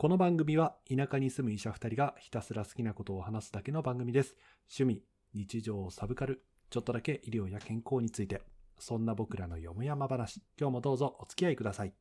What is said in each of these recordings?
この番組は田舎に住む医者2人がひたすら好きなことを話すだけの番組です。趣味、日常、サブカル、ちょっとだけ医療や健康について、そんな僕らのよもやま話、今日もどうぞお付き合いください。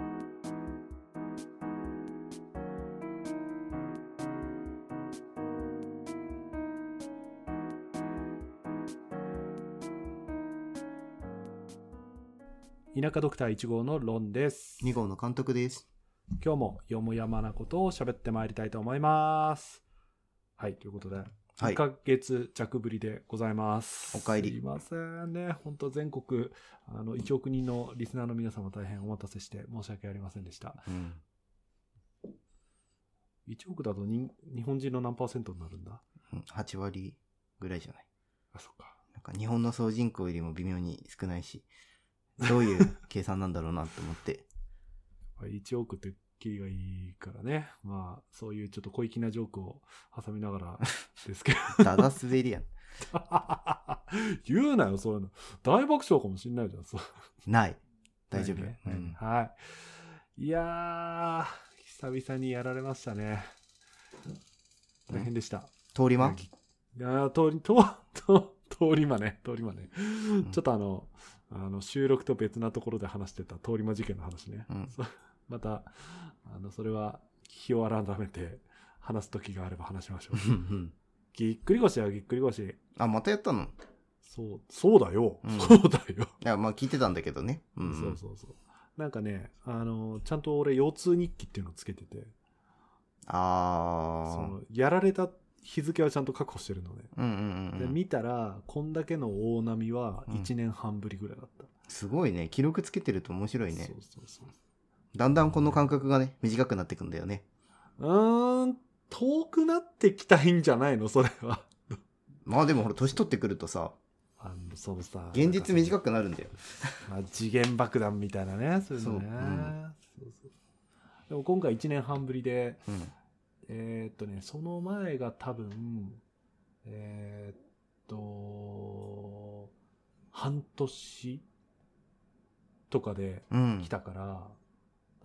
田舎ドクター1号のロンです。 2号の監督です。 今日もよもやまなことを喋ってまいりたいと思います。はい、ということで、1ヶ月弱ぶりでございます。 おかえり。 すいませんね。本当全国1億人のリスナーの皆様大変お待たせして申し訳ありませんでした。1億だと日本人の何パーセントになるんだ？ 8 割ぐらいじゃない？ あ、そっか。 なんか日本の総人口よりも微妙に少ないし、どういう計算なんだろうなと思って。 1億ってキリがいいからね。まあ、そういうちょっと小粋なジョークを挟みながらですけど。 ただ滑りやん。 言うなよ、そういうの。大爆笑かもしんないじゃん。そうない。大丈夫。 ねはい。いやー、久々にやられましたね。大変でした。 通り魔？ いや通り魔ね。ちょっと収録と別なところで話してた通り魔事件の話ね。またそれは日を改めて話す時があれば話しましょう。ぎっくり腰はぎっくり腰。 あ、またやったの？ そうだよ。そうだよ。 いや、まあ聞いてたんだけどね。 そうなんかね、ちゃんと俺腰痛日記っていうのをつけてて、やられた日付はちゃんと確保してるのね。で見たらこんだけの大波は1年半ぶりぐらいだった。 すごいね。記録つけてると面白いね。 そうだんだんこの間隔がね、短くなっていくんだよね。 遠くなってきたいんじゃないのそれは。 まあでもほら年取ってくるとさ、 そうさ、 現実短くなるんだよ。 次元爆弾みたいなね、そういうのね。でも今回1年半ぶりで、その前が多分半年とかで来たから、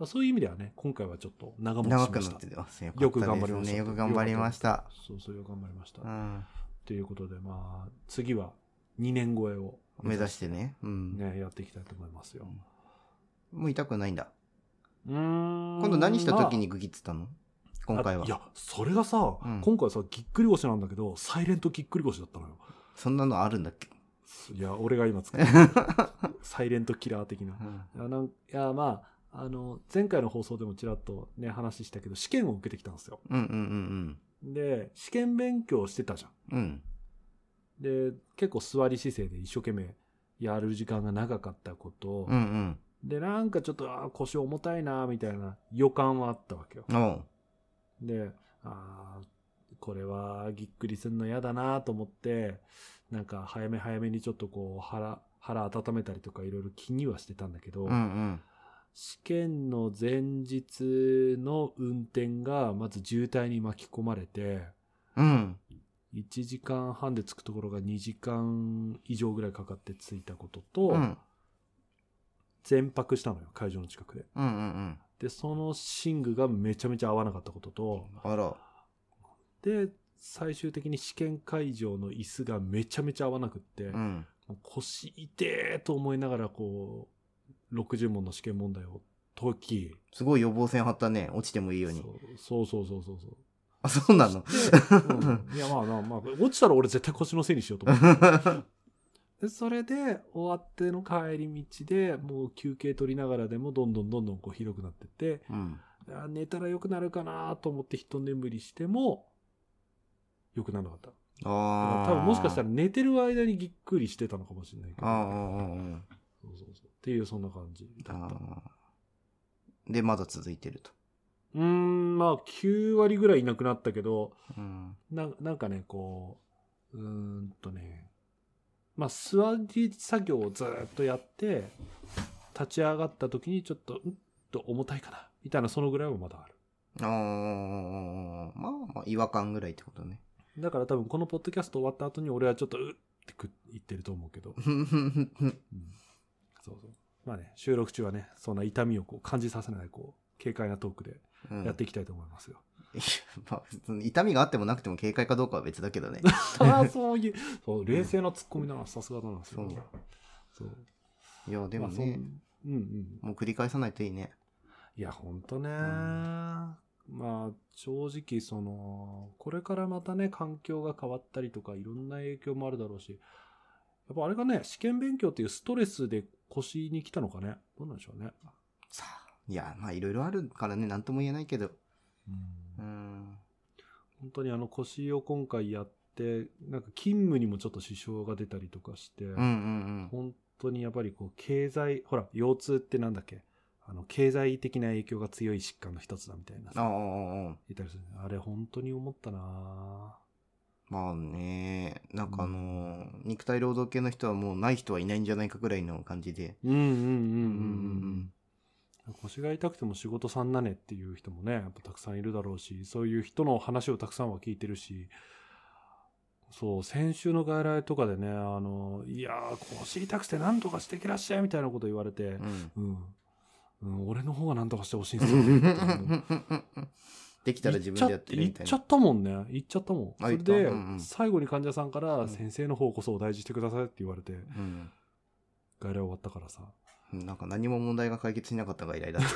そういう意味ではね、今回はちょっと長持ちしました。長くなってますね。よく頑張りました。 よく頑張りました。 そうよく頑張りました。ということで、まあ次は2年超えを目指してね、 やっていきたいと思いますよ。 もう痛くないんだ。今度何した時にグギってたの？今回は。 いや、それがさ、今回さ、ぎっくり腰なんだけど、サイレントぎっくり腰だったのよ。 そんなのあるんだっけ？ いや、俺が今作るサイレントキラー的な。いや、まあ、前回の放送でもちらっとね、話したけど、試験を受けてきたんですよ。で、試験勉強してたじゃん。で、結構座り姿勢で一生懸命やる時間が長かったこと、で、なんかちょっと腰重たいなみたいな予感はあったわけよ。で、これはぎっくりするの嫌だなと思って、なんか早めにちょっとこう腹温めたりとかいろいろ気にはしてたんだけど、試験の前日の運転がまず渋滞に巻き込まれて、1時間半で着くところが2時間以上ぐらいかかって着いたことと、全泊したのよ、会場の近くで。で、その寝具がめちゃめちゃ合わなかったことと、で、最終的に試験会場の椅子がめちゃめちゃ合わなくって、腰痛えと思いながらこう、60問の試験問題を解き。 すごい予防線張ったね、落ちてもいいように。 そう。 あ、そうなの？ いや、まあ、落ちたら俺絶対腰のせいにしようと思って。でそれで終わっての帰り道でもう休憩取りながらでもどんどんこうひどくなってって、寝たら良くなるかなと思って一眠りしても良くならなかった。多分もしかしたら寝てる間にぎっくりしてたのかもしれないけど、そうっていうそんな感じだった。 でまだ続いてると。 まあ9割ぐらいいなくなったけど、なんかねこうまあ、座り作業をずっとやって立ち上がった時にちょっと重たいかなみたいな、そのぐらいはまだある。 まあ違和感ぐらいってことね。 だから多分このポッドキャスト終わった後に俺はちょっとって言ってると思うけど、そうまあね、収録中はねそんな痛みをこう感じさせないこう軽快なトークでやっていきたいと思いますよ。 まあ、痛みがあってもなくても軽快かどうかは別だけどね。 そういうそう冷静なツッコミだな、さすがなんですよ。 そういやでもね、もう繰り返さないといいね。 いやほんとね、まあ正直これからまたね環境が変わったりとかいろんな影響もあるだろうし、やっぱあれがね試験勉強っていうストレスで腰に来たのかね、どうなんでしょうね。 さあ、いやまあいろいろあるからね、なんとも言えないけど、 本当に腰を今回やってなんか勤務にもちょっと支障が出たりとかして、本当にやっぱりこう経済、ほら腰痛ってなんだっけ、経済的な影響が強い疾患の一つだみたいなさ、言ったりする。あれ本当に思ったな。 まあね、なんか肉体労働系の人はもうない人はいないんじゃないかぐらいの感じで、 腰が痛くても仕事さんなねっていう人もねやっぱたくさんいるだろうし、そういう人の話をたくさんは聞いてるし、そう先週の外来とかでねいや腰痛くて何とかしてきらっしゃいみたいなこと言われて、俺の方が何とかしてほしいんですよねできたら自分でやってるみたいな。 言っちゃったもんね。言っちゃったもん。それで、最後に患者さんから、先生の方こそお大事してくださいって言われて、外来終わったからさ。 なんか何も問題が解決しなかった外来だって。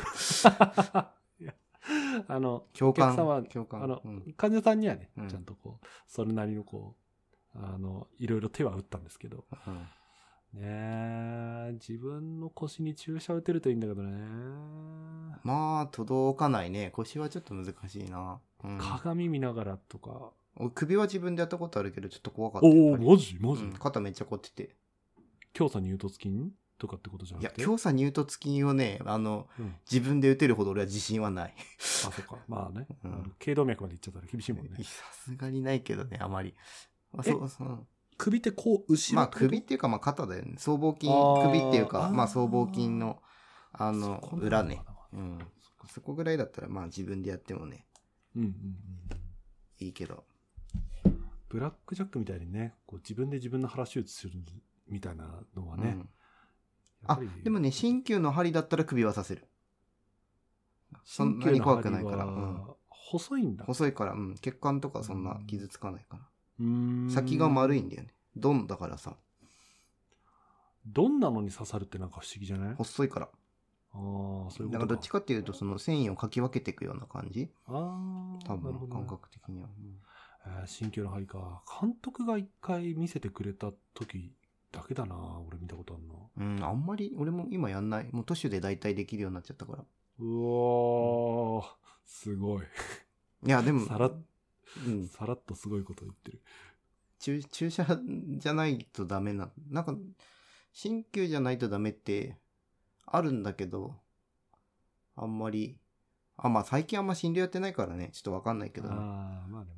お客様は、患者さんにはね、ちゃんとこう、それなりのこう、いろいろ手は打ったんですけど、ねえ、自分の腰に注射打てるといいんだけどね。 まあ届かないね。腰はちょっと難しいな、 鏡見ながらとか。 首は自分でやったことあるけどちょっと怖かった。 おお、マジ、 肩めっちゃ凝ってて。 強鎖乳突筋とかってことじゃなくて。 いや強鎖乳突筋をね自分で打てるほど俺は自信はない。 あ、そっか。まあね、頸動脈までいっちゃったら厳しいもんね。 さすがにないけどね、あまり。 首ってこう後ろ、 まあ首っていうかまあ肩だよね。僧帽筋、首っていうかまあ僧帽筋の裏ね。そこぐらいだったらまあ自分でやってもね、いいけど。 ブラックジャックみたいにね、こう自分で自分の腹手術するみたいなのはね。 でもね、鍼灸の針だったら首はさせる。そんなに怖くないから。 細いんだ。 細いから、血管とかそんな傷つかないから。先が丸いんだよね。ドンだからさ。 どんなのに刺さるってなんか不思議じゃない？ 細いから。 そういうことか。 だからどっちかっていうとその繊維をかき分けていくような感じ。多分感覚的には。 鍼灸の針か。監督が一回見せてくれた時だけだな、俺見たことあるな。あんまり俺も今やんない。もう都市で大体できるようになっちゃったから。 うわー、すごい。 いやでもさらっとすごいこと言ってる。 注射じゃないとダメな、なんか鍼灸じゃないとダメってあるんだけど、あんまりまあ最近あんま診療やってないからね、ちょっとわかんないけどね。 まあね、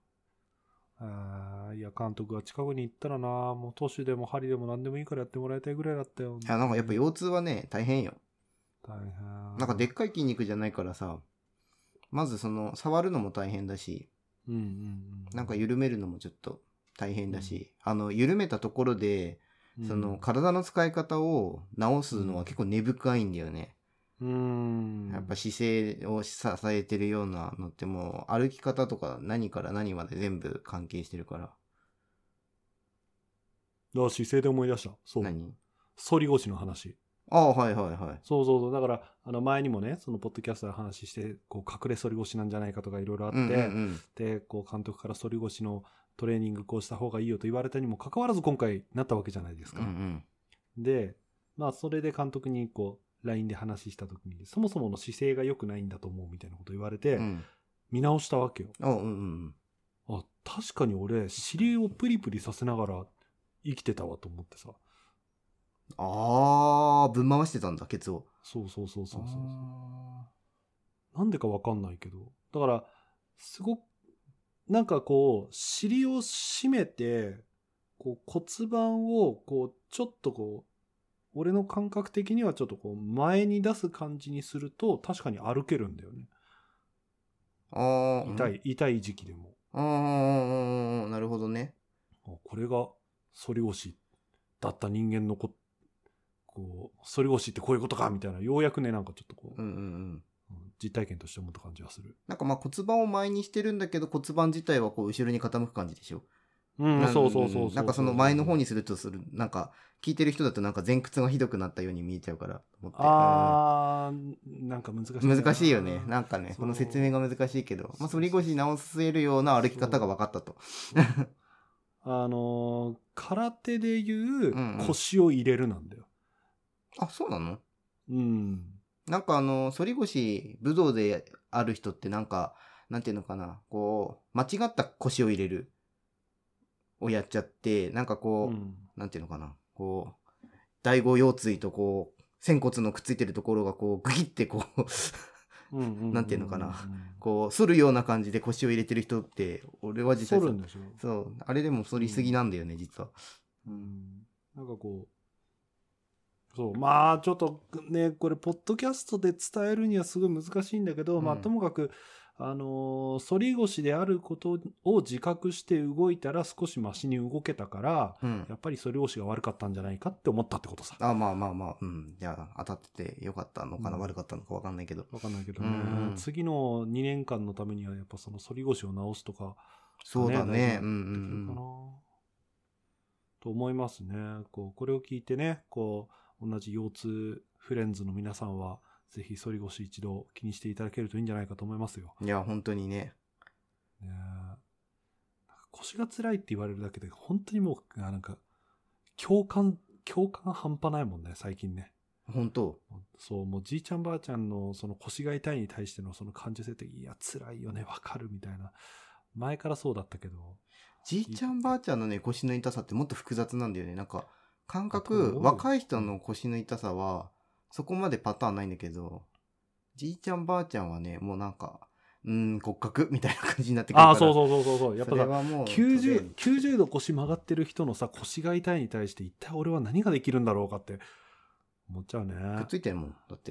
いや監督が近くに行ったらな、もう都市でも針でも何でもいいからやってもらいたいぐらいだったよ。 いやなんかやっぱ腰痛はね大変よ。 大変。 なんかでっかい筋肉じゃないからさ、まず触るのも大変だし、なんか緩めるのもちょっと大変だし、緩めたところで体の使い方を直すのは結構根深いんだよね。やっぱ姿勢を支えてるようなのってもう歩き方とか何から何まで全部関係してるから。 姿勢で思い出した。そう。 何？ 反り腰の話。 はい。 そう。だから前にもね、そのポッドキャストで話して、こう隠れ反り腰なんじゃないかとかいろいろあって、でこう監督から反り腰のトレーニングこうした方がいいよと言われたにもかかわらず今回なったわけじゃないですか。で、まあそれで監督にこうLINE で話した時にそもそもの姿勢が良くないんだと思うみたいなこと言われて、見直したわけよ。確かに俺尻をプリプリさせながら生きてたわと思ってさ。 ぶん回してたんだ、ケツを。 そう。なんでかわかんないけど、だからすごくなんかこう尻を締めてこう骨盤をこうちょっとこう俺の感覚的にはちょっとこう前に出す感じにすると確かに歩けるんだよね。痛い時期でも。 なるほどね。 これが反り腰だった人間のこう反り腰ってこういうことかみたいな、ようやくねなんかちょっとこう、 実体験として思った感じはする。 なんかまあ骨盤を前にしてるんだけど骨盤自体はこう後ろに傾く感じでしょ。 そうそうそうそう。 なんかその前の方にするとなんか聞いてる人だとなんか前屈がひどくなったように見えちゃうから思って。 なんか難しい。 難しいよね。なんかね、この説明が難しいけど、まあ反り腰直せるような歩き方が分かったと。 空手でいう腰を入れるなんだよ。 あ、そうなの？ うん。 なんか反り腰武道である人ってなんかなんていうのかな、こう間違った腰を入れるをやっちゃって、なんかこう、なんていうのかな、こう第五腰椎とこう仙骨のくっついてるところがこうグギってこうなんていうのかな、こう反るような感じで腰を入れてる人って俺は実際反るんでしょ。 そうあれでも反りすぎなんだよね、実は。 なんかこうそうまあちょっとねこれポッドキャストで伝えるにはすごい難しいんだけど、まあともかく反り腰であることを自覚して動いたら少しマシに動けたから、やっぱり反り腰が悪かったんじゃないかって思ったってことさ。 まあいや当たっててよかったのかな、悪かったのか分かんないけどね、次の2年間のためにはやっぱその反り腰を直すとか、 そうだね、 と思いますね。これを聞いてね同じ腰痛フレンズの皆さんはぜひ反り腰一度気にしていただけるといいんじゃないかと思いますよ。 いや本当にね。 腰が辛いって言われるだけで本当にもうなんか共感半端ないもんね最近ね。 本当。 そうもうじいちゃんばあちゃんのその腰が痛いに対してのその感受性っていや辛いよねわかるみたいな前からそうだったけど、 じいちゃんばあちゃんのね腰の痛さってもっと複雑なんだよね。なんか感覚若い人の腰の痛さはそこまでパターンないんだけど、じいちゃんばあちゃんはねもうなんか骨格みたいな感じになってくるから。 そうやっぱさ90度腰曲がってる人のさ腰が痛いに対して一体俺は何ができるんだろうかって思っちゃうね。 くっついてるもんだって。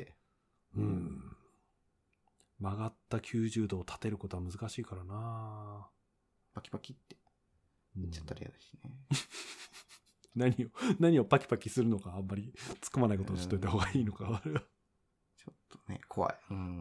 曲がった90度を立てることは難しいからな。 パキパキって言っちゃったら嫌だしね。何をパキパキするのかあんまり突っ込まないことをしといた方がいいのか。 ちょっとね怖い。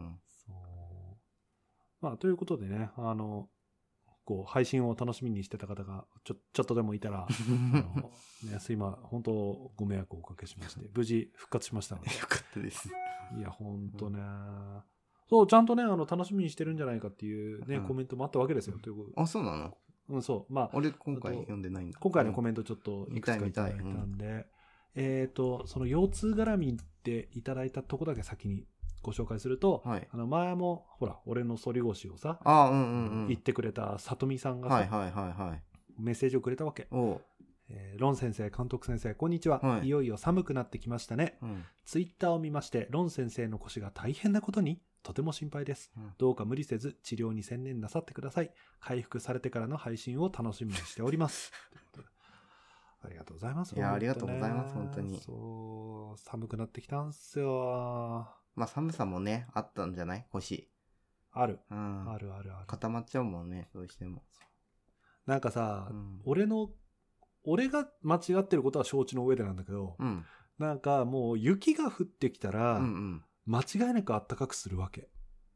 まあということでね配信を楽しみにしてた方がちょっとでもいたら今本当ご迷惑をおかけしまして無事復活しましたのでよかったです。 いや本当ね、そうちゃんとね楽しみにしてるんじゃないかっていうね、コメントもあったわけですよ。ということで。 あ、そうなの？ そうまあ俺今回読んでないんだ。 今回のコメントちょっといくつかいただいたんで、その腰痛絡みでいただいたとこだけ先にご紹介すると、前もほら俺の反り腰をさ言ってくれた里見さんがさ、メッセージをくれたわけ。ロン先生監督先生こんにちは、いよいよ寒くなってきましたね、ツイッターを見ましてロン先生の腰が大変なことにとても心配です、どうか無理せず治療に専念なさってください。回復されてからの配信を楽しみにしておりますありがとうございます。 いやありがとうございます本当に。 そう寒くなってきたんすよ。 まあ寒さもねあったんじゃない？腰ある、 ある固まっちゃうもんねどうしても。 なんかさ、俺が間違ってることは承知の上でなんだけど、なんかもう雪が降ってきたら、間違いなく暖かくするわけ。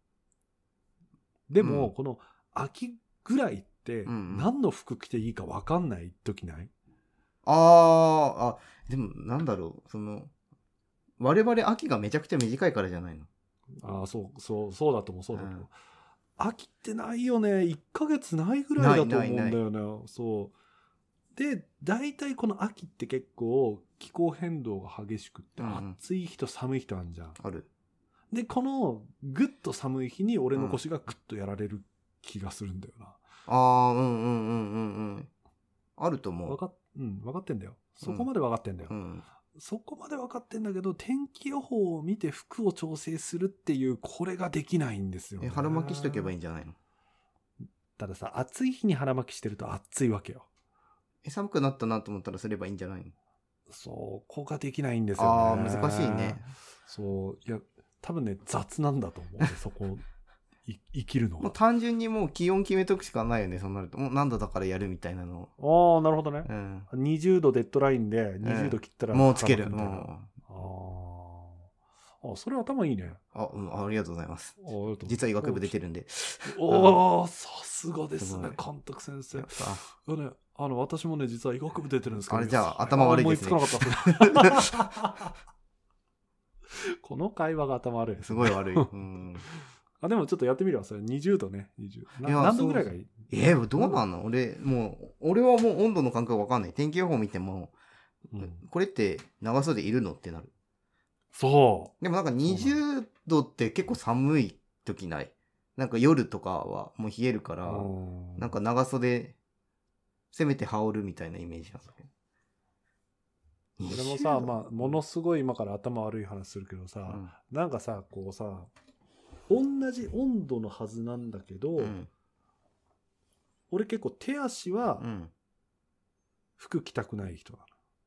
でも、この秋ぐらいって何の服着ていいか分かんない時ない？ でもなんだろう我々秋がめちゃくちゃ短いからじゃないの？ そうだと思う秋ってないよね。1ヶ月ないぐらいだと思うんだよね。そうで大体この秋って結構気候変動が激しくって、暑い日と寒い日とあるじゃん。 ある。 でこのぐっと寒い日に俺の腰がグッとやられる気がするんだよな。 あると思う。 分かってんだよ。そこまで分かってんだよ。そこまで分かってんだけど天気予報を見て服を調整するっていうこれができないんですよね。 腹巻きしとけばいいんじゃないの？ たださ暑い日に腹巻きしてると暑いわけよ。 寒くなったなと思ったらすればいいんじゃないの？ そこができないんですよね。 難しいね。 いや多分ね雑なんだと思うそこ生きるのは。 もう単純にもう気温決めとくしかないよね。そうなるともう何度だからやるみたいなの。 なるほどね。20度デッドラインで20度切ったらもうつける。 あ、それ頭いいね。 ありがとうございます。実は医学部出てるんで。 おー、さすがですね、監督先生。ね、私もね、実は医学部出てるんですけど、 あれじゃあ頭悪いですね。 思いつかなかったこの会話が頭悪い。 すごい悪い。 でもちょっとやってみればそれ20度ね。何度ぐらいがいい？ どうなんの？俺はもう温度の感覚わかんない。天気予報見ても、これって長袖いるのってなる。 そう。 でもなんか20度って結構寒い時ない？なんか夜とかはもう冷えるから、なんか長袖せめて羽織るみたいなイメージなんだけど。 俺もさ、まあ、ものすごい今から頭悪い話するけどさ、なんかさ、こうさ、同じ温度のはずなんだけど、俺結構手足は服着たくない人な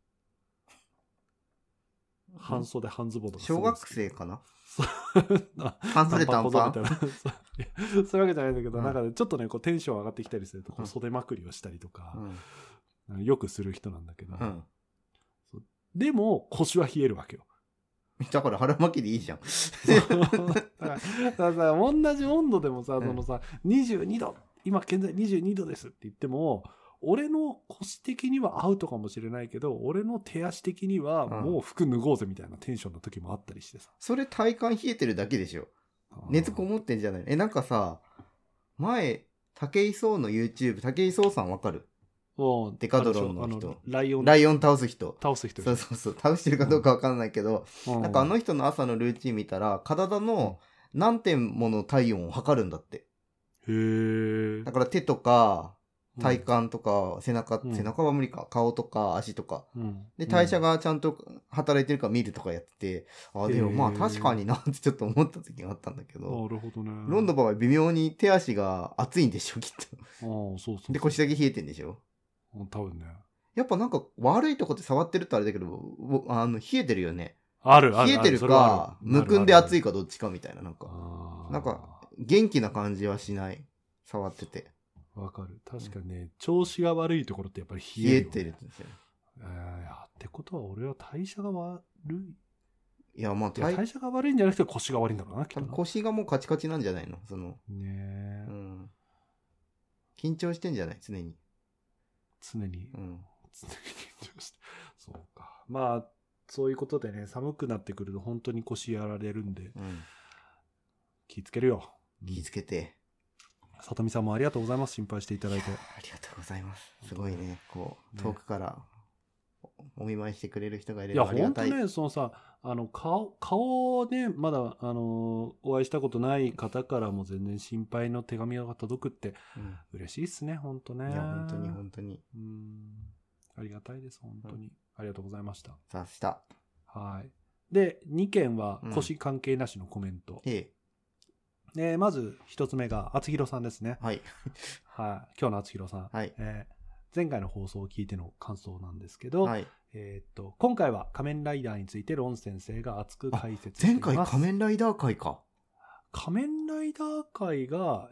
の。半袖半ズボンとか。 小学生かな？半袖短パンみたいな。 そういうわけじゃないんだけど、なんかちょっとねこうテンション上がってきたりすると袖まくりをしたりとか、よくする人なんだけど、でも腰は冷えるわけよ。 だから腹巻きでいいじゃん。 だからさ、同じ温度でもさ、そのさ、22度、今現在22度ですって言っても、俺の腰的にはアウトかもしれないけど、俺の手足的にはもう服脱ごうぜみたいなテンションの時もあったりしてさ。 それ体感冷えてるだけでしょ。熱こもってんじゃない？なんかさ、前、武井壮の YouTube、武井壮さんわかる？デカドロンの人。ライオン倒す人。 そう。 倒してるかどうかわかんないけど、なんかあの人の朝のルーチン見たら、体の何点もの体温を測るんだって。だから手とか、体幹とか、背中は無理か、顔とか足とか。で、代謝がちゃんと働いてるか見るとかやってて、でもまあ確かになってちょっと思った時があったんだけど、 なるほどね。 ロンの場合微妙に手足が熱いんでしょ、きっと。 そう。 で、腰だけ冷えてんでしょ。 多分ね。 やっぱなんか悪いとこって触ってるとあれだけど、冷えてるよね。 冷えてるか、むくんで熱いかどっちかみたいな、なんか元気な感じはしない。触ってて。 わかる。確かにね、調子が悪いところってやっぱり冷えてるんですよ。 ってことは俺は代謝が悪い。 いや、まあ代謝が悪いんじゃなくて腰が悪いんだろうな、きっと。 腰がもうカチカチなんじゃないの？ ねえ。 緊張してんじゃない？常に。 常に緊張して。そうか。まあ、そういうことでね、寒くなってくると本当に腰やられるんで、気ぃつけるよ。 気ぃつけて。 里見さんもありがとうございます。心配していただいて。 ありがとうございます。すごいね、こう、遠くからお見舞いしてくれる人がいればありがたい。 いや、本当ね、そのさ、顔をね、まだ、お会いしたことない方からも全然心配の手紙が届くって、嬉しいっすね、本当ね。 いや、本当に。 ありがたいです、本当に。ありがとうございました。 さした。 はい。で、2件は腰関係なしのコメント。まず1つ目が、厚弘さんですね。 はい。 はい。今日の厚弘さん。 はい。 前回の放送を聞いての感想なんですけど、今回は仮面ライダーについてロン先生が熱く解説しています。 前回仮面ライダー会か。 仮面ライダー会が、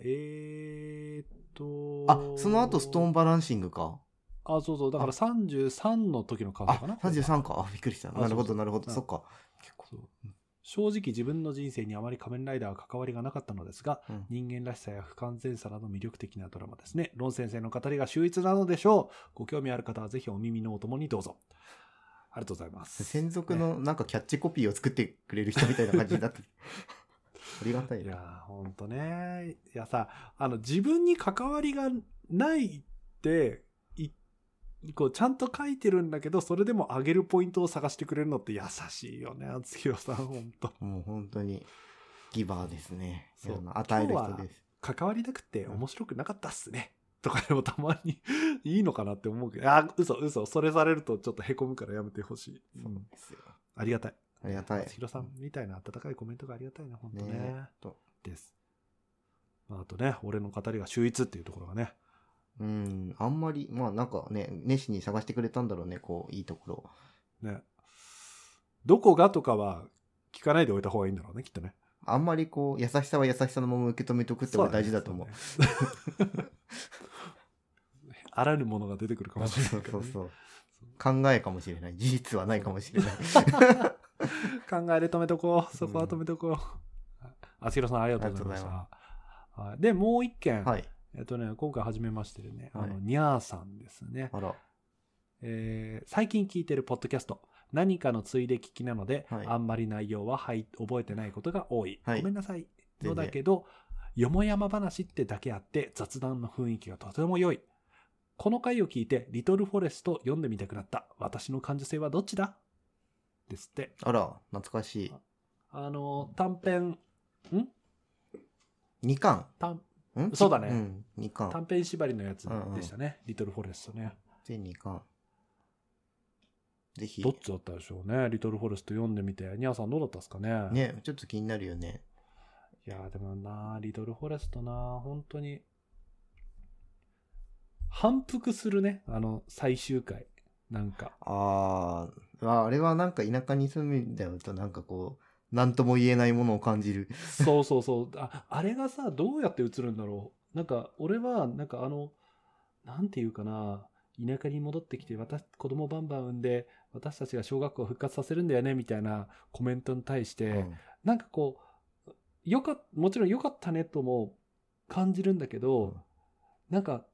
その後ストーンバランシングか。 そう。だから33の時の感想かな。 33か。びっくりした。なるほど。そっか。 結構正直自分の人生にあまり仮面ライダーは関わりがなかったのですが、人間らしさや不完全さなど魅力的なドラマですね。ロン先生の語りが秀逸なのでしょう。ご興味ある方はぜひお耳のお供にどうぞ。ありがとうございます。 専属のなんかキャッチコピーを作ってくれる人みたいな感じになってる。ありがたい。 いや、ほんとね。いやさ、自分に関わりがないってこうちゃんと書いてるんだけど、それでも上げるポイントを探してくれるのって優しいよね、厚弘さん。本当もう本当にギバーですね。与える人です。 関わりなくて面白くなかったっすね、とかでもたまにいいのかなって思うけど、嘘それされるとちょっとへこむからやめてほしい。 そうですよ。 ありがたい。 厚弘さんみたいな温かいコメントがありがたいね、本当ね。です。あとね、俺の語りが秀逸っていうところがね。 あんまり、まあなんかね、熱心に探してくれたんだろうね、こう、いいところ。 ね。どこがとかは聞かないでおいた方がいいんだろうね、きっとね。 あんまりこう、優しさは優しさのまま受け止めておくってのが大事だと思う。 あらぬものが出てくるかもしれないから、ね。 そう。考えかもしれない。事実はないかもしれない。 考えで止めとこう。そこは止めとこう。あつひろさんありがとうございました。はい、で、もう一件。はい、今回初めましてでね、はい、にゃーさんですね。あら。最近聞いてるポッドキャスト、何かのついで聞きなので、はい、あんまり内容は、覚えてないことが多い。はい、ごめんなさい。のだけど、よもやま話ってだけあって雑談の雰囲気がとても良い。この回を聞いてリトルフォレスト読んでみたくなった。私の感受性はどっちだですって。 あら、懐かしい。 短編、 2巻そうだね、 うん、2巻短編縛りのやつでしたね、リトルフォレストね。 全2巻。ぜひ。 どっちだったでしょうね。リトルフォレスト読んでみて。ニャーさんどうだったですかね。 ね、ちょっと気になるよね。 いやでもな、リトルフォレストな、本当に反復するね、最終回なんか。 あれはなんか田舎に住むんだよと、なんかこう何とも言えないものを感じる。 そうそうそう。あれがさ、どうやって映るんだろう。なんか俺はなんかなんていうかな、田舎に戻ってきて子供バンバン産んで私たちが小学校を復活させるんだよねみたいなコメントに対して、なんかこうもちろん良かったねとも感じるんだけど、なんか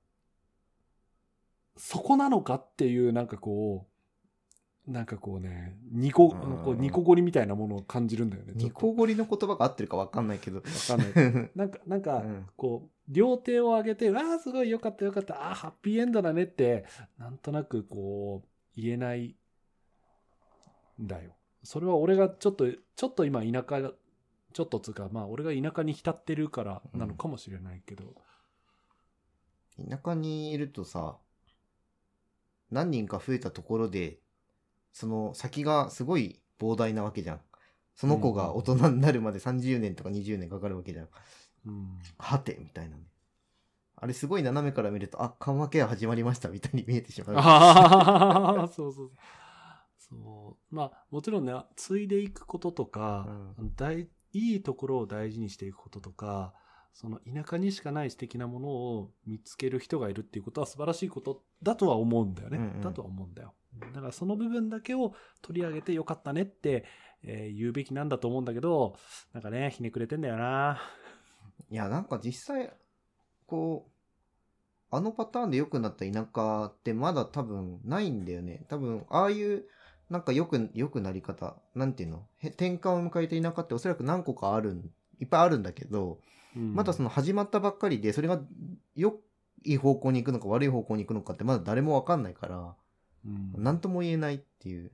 そこなのかっていうなんかこうね、ニコゴリみたいなものを感じるんだよね。 ニコゴリの言葉が合ってるか分かんないけど。 分かんない。なんか、こう、両手を上げて、わあ、すごいよかったよかった、ああ、ハッピーエンドだねって、なんとなくこう、言えないんだよ。それは俺がちょっと今田舎、ちょっとつうか、まあ俺が田舎に浸ってるからなのかもしれないけど。 田舎にいるとさ、何人か増えたところで、その先がすごい膨大なわけじゃん。その子が大人になるまで30年とか20年かかるわけじゃん。はてみたいなね。あれすごい斜めから見ると、緩和ケア始まりましたみたいに見えてしまう。そうそうそう。まあもちろんね、継いでいくこととか、いいところを大事にしていくこととか、その田舎にしかない素敵なものを見つける人がいるっていうことは素晴らしいことだとは思うんだよね。だとは思うんだよ。だからその部分だけを取り上げてよかったねって、言うべきなんだと思うんだけど、なんかね、ひねくれてんだよな。 いや、なんか実際、こう、あのパターンで良くなった田舎ってまだ多分ないんだよね。多分、ああいう、なんか良くなり方、なんていうの、転換を迎えた田舎っておそらく何個かいっぱいあるんだけど、まだその始まったばっかりで、それが良い方向に行くのか悪い方向に行くのかってまだ誰もわかんないから、なんとも言えないっていう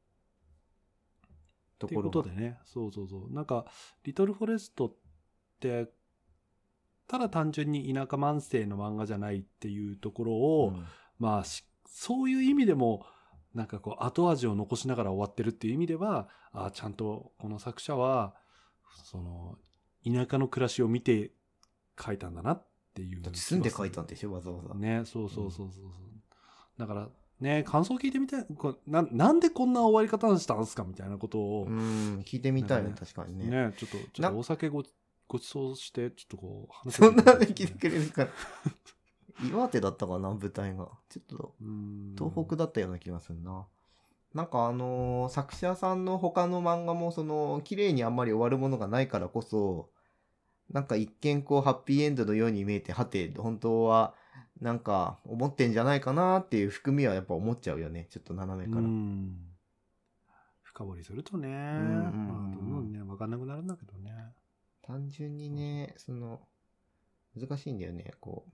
ところ。ということでね、そう。なんか、リトルフォレストって、ただ単純に田舎慢性の漫画じゃないっていうところを、まあ、そういう意味でも、なんかこう、後味を残しながら終わってるっていう意味では、ちゃんとこの作者は、その、田舎の暮らしを見て書いたんだなっていう。 だって住んで書いたんでしょ、わざわざ。 ね、そう。だから、ね、感想聞いてみたい。なんでこんな終わり方にしたんですかみたいなことを。 聞いてみたいね、確かにね。 ね、ちょっとお酒ごちそうして、ちょっとこう、 話そんなの聞いてくれるから。岩手だったかな、舞台が。ちょっと、東北だったような気がするな。なんか作者さんの他の漫画も綺麗にあんまり終わるものがないからこそ、なんか一見こうハッピーエンドのように見えて、はて、本当はなんか思ってんじゃないかなっていう含みはやっぱ思っちゃうよね。ちょっと斜めから。 深掘りするとね、どんどんね、わかんなくなるんだけどね。 単純にね、難しいんだよね、こ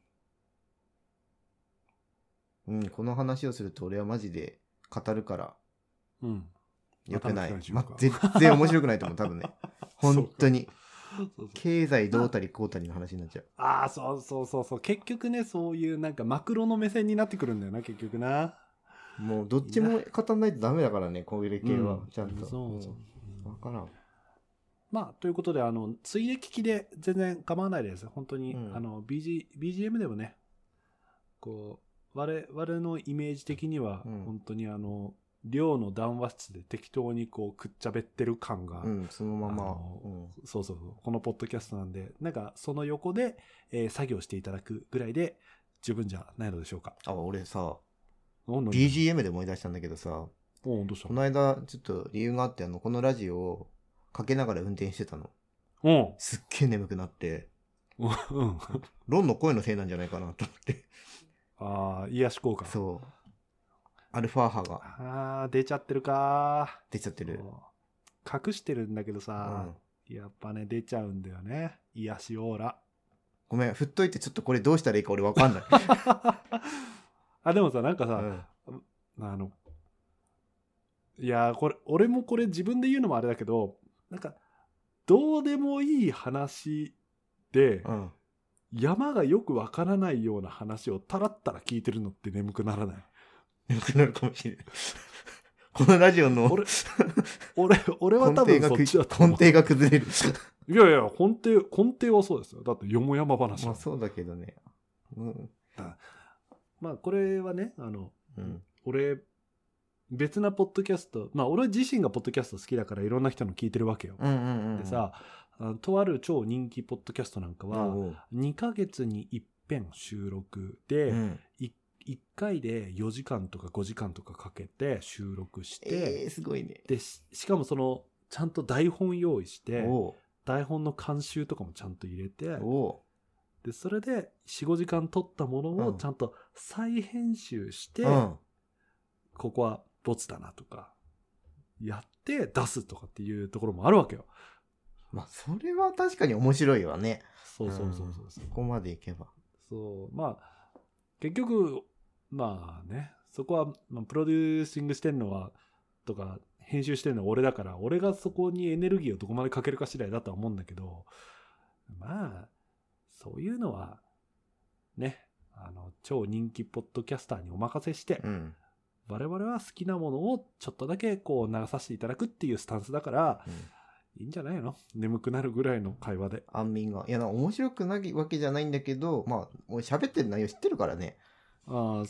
う。この話をすると俺はマジで語るから。よくない。全然面白くないと思う、多分ね。本当に。経済どうたりこうたりの話になっちゃう。 そう。結局ね、そういうなんかマクロの目線になってくるんだよな、結局な。 もうどっちも語んないとダメだからね、こういう系は。ちゃんと。わからん。 まあ、ということで、ついで聞きで全然構わないです。本当に、BGM でもね、こう、我々のイメージ的には、本当に寮の談話室で適当にこうくっちゃべってる感が、 そのまま、 そうこのポッドキャストなんで、なんかその横で、作業していただくぐらいで十分じゃないのでしょうか。 俺さ、BGM で思い出したんだけどさ、 どうしたこの間ちょっと理由があってこのラジオをかけながら運転してたの。すっげえ眠くなって、ロンの声のせいなんじゃないかなと思って。 ああ、癒し効果。 そう。アルファ波が。 出ちゃってるか。 出ちゃってる。 隠してるんだけどさ、やっぱね、出ちゃうんだよね。癒しオーラ。 ごめん、振っといてちょっとこれどうしたらいいか俺わかんない。 でもさ、なんかさ、いやこれ俺もこれ自分で言うのもあれだけど、なんかどうでもいい話で、山がよくわからないような話をたらったら聞いてるのって眠くならない？ 眠くなるかもしれない。このラジオの俺は多分そっちだと思う。 根底が崩れる。 いやいや、根底はそうですよ。だってよもやま話。 まあそうだけどね。 まあこれはね、俺別なポッドキャスト、まあ俺自身がポッドキャスト好きだからいろんな人の聞いてるわけよ。でさ、とある超人気ポッドキャストなんかは2ヶ月に一遍収録で、1回で4時間とか5時間とかかけて収録して、 すごいね。 で しかもちゃんと台本用意して、台本の監修とかもちゃんと入れて、でそれで 4,5 時間撮ったものをちゃんと再編集して、ここはボツだなとかやって出すとかっていうところもあるわけよ。 まあそれは確かに面白いわね。 そうそこまでいけば。 そう、まあ結局まあね、そこは、プロデューシングしてるのはとか編集してるのは俺だから、俺がそこにエネルギーをどこまでかけるか次第だとは思うんだけど、まあそういうのはね、超人気ポッドキャスターにお任せして、我々は好きなものをちょっとだけこう流させていただくっていうスタンスだから、いいんじゃないの？眠くなるぐらいの会話で。 安眠が。いや、面白くないわけじゃないんだけど、まあ俺喋ってる内容知ってるからね。 そう、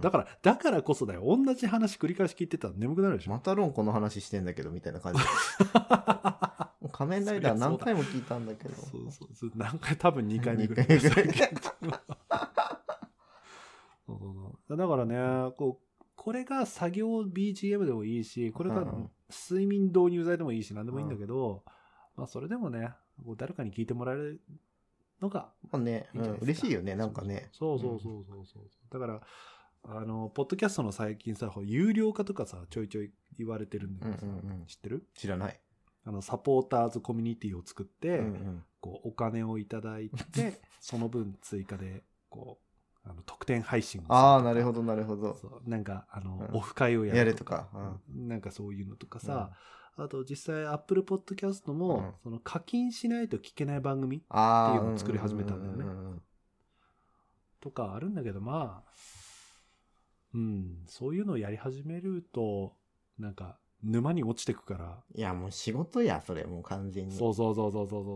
だからこそだよ。同じ話繰り返し聞いてたら眠くなるでしょ。 またロンこの話してんだけどみたいな感じ。仮面ライダー何回も聞いたんだけど。 そう何回、多分2回目ぐらい。だからね、これが作業 BGM でもいいし、これが睡眠導入剤でもいいし、何でもいいんだけど、まあそれでもね、誰かに聞いてもらえるのがまあね、嬉しいよね、なんかね。 そう。だから、ポッドキャストの最近さ、有料化とかさ、ちょいちょい言われてるんだけどさ、知ってる？ 知らない。 サポーターズコミュニティを作って、こうお金をいただいて、その分追加で、こう、特典配信をするとか。 なるほど、なるほど。 なんか、オフ会をやるとか。なんかそういうのとかさ、あと実際 Apple Podcast も、その課金しないと聞けない番組っていうのを作り始めたんだよね。とかあるんだけど、まあ、そういうのをやり始めると、なんか沼に落ちてくから。 いや、もう仕事や、それ、もう完全に。 そう。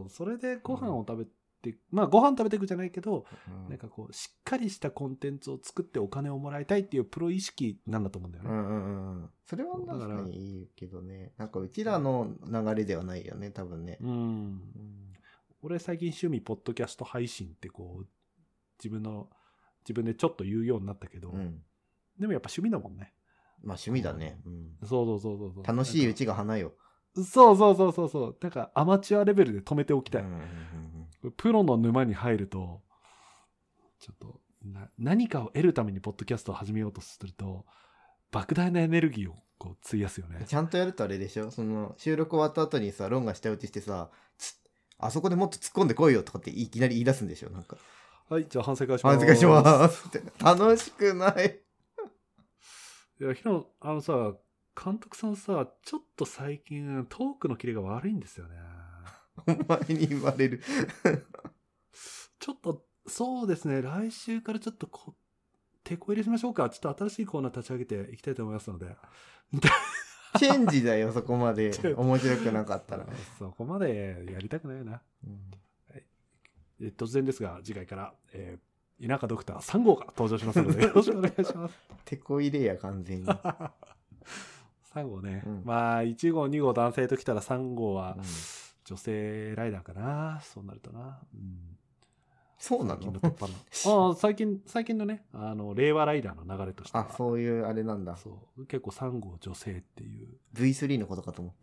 それでご飯を食べて、まあご飯食べていくじゃないけど、なんかこう、しっかりしたコンテンツを作ってお金をもらいたいっていうプロ意識なんだと思うんだよね。 それは確かにいいけどね。なんかうちらの流れではないよね、多分ね。 俺最近趣味ポッドキャスト配信ってこう、自分でちょっと言うようになったけど、でもやっぱ趣味だもんね。 まあ趣味だね。 そう。 楽しいうちが花よ。 そう。なんかアマチュアレベルで止めておきたい。プロの沼に入ると、ちょっと何かを得るためにポッドキャストを始めようとすると、莫大なエネルギーをこう費やすよね。 ちゃんとやるとあれでしょ？その収録終わった後にさ、ロンが下打ちしてさ、あそこでもっと突っ込んでこいよとかっていきなり言い出すんでしょ？なんか。 はい、じゃあ反省会します。 反省会しますって。楽しくない。 いや、さ、監督さんさ、ちょっと最近トークのキレが悪いんですよね。 お前に言われる。 ちょっと、そうですね、来週からちょっと手こ入れしましょうか。ちょっと新しいコーナー立ち上げていきたいと思いますので。 チェンジだよ、そこまで。面白くなかったら。 そこまでやりたくないな。突然ですが、次回から、田舎ドクター3号が登場しますので、よろしくお願いします。 手こ入れや、完全に。 3号ね。まあ、1号、2号男性ときたら3号は女性ライダーかな。そうなるとな。 そうなの？ 最近の鉄板の。あ、最近のね、令和ライダーの流れとしては。 あ、そういうあれなんだ。 そう。結構3号女性っていう。 V3 のことかと思って。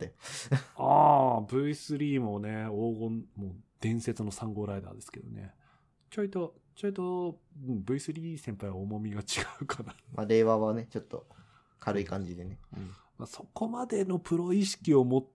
V3 もね、黄金、もう伝説の3号ライダーですけどね。ちょいと、V3 先輩は重みが違うかな。 まあ、令和はね、ちょっと軽い感じでね。 まあ、そこまでのプロ意識を持って、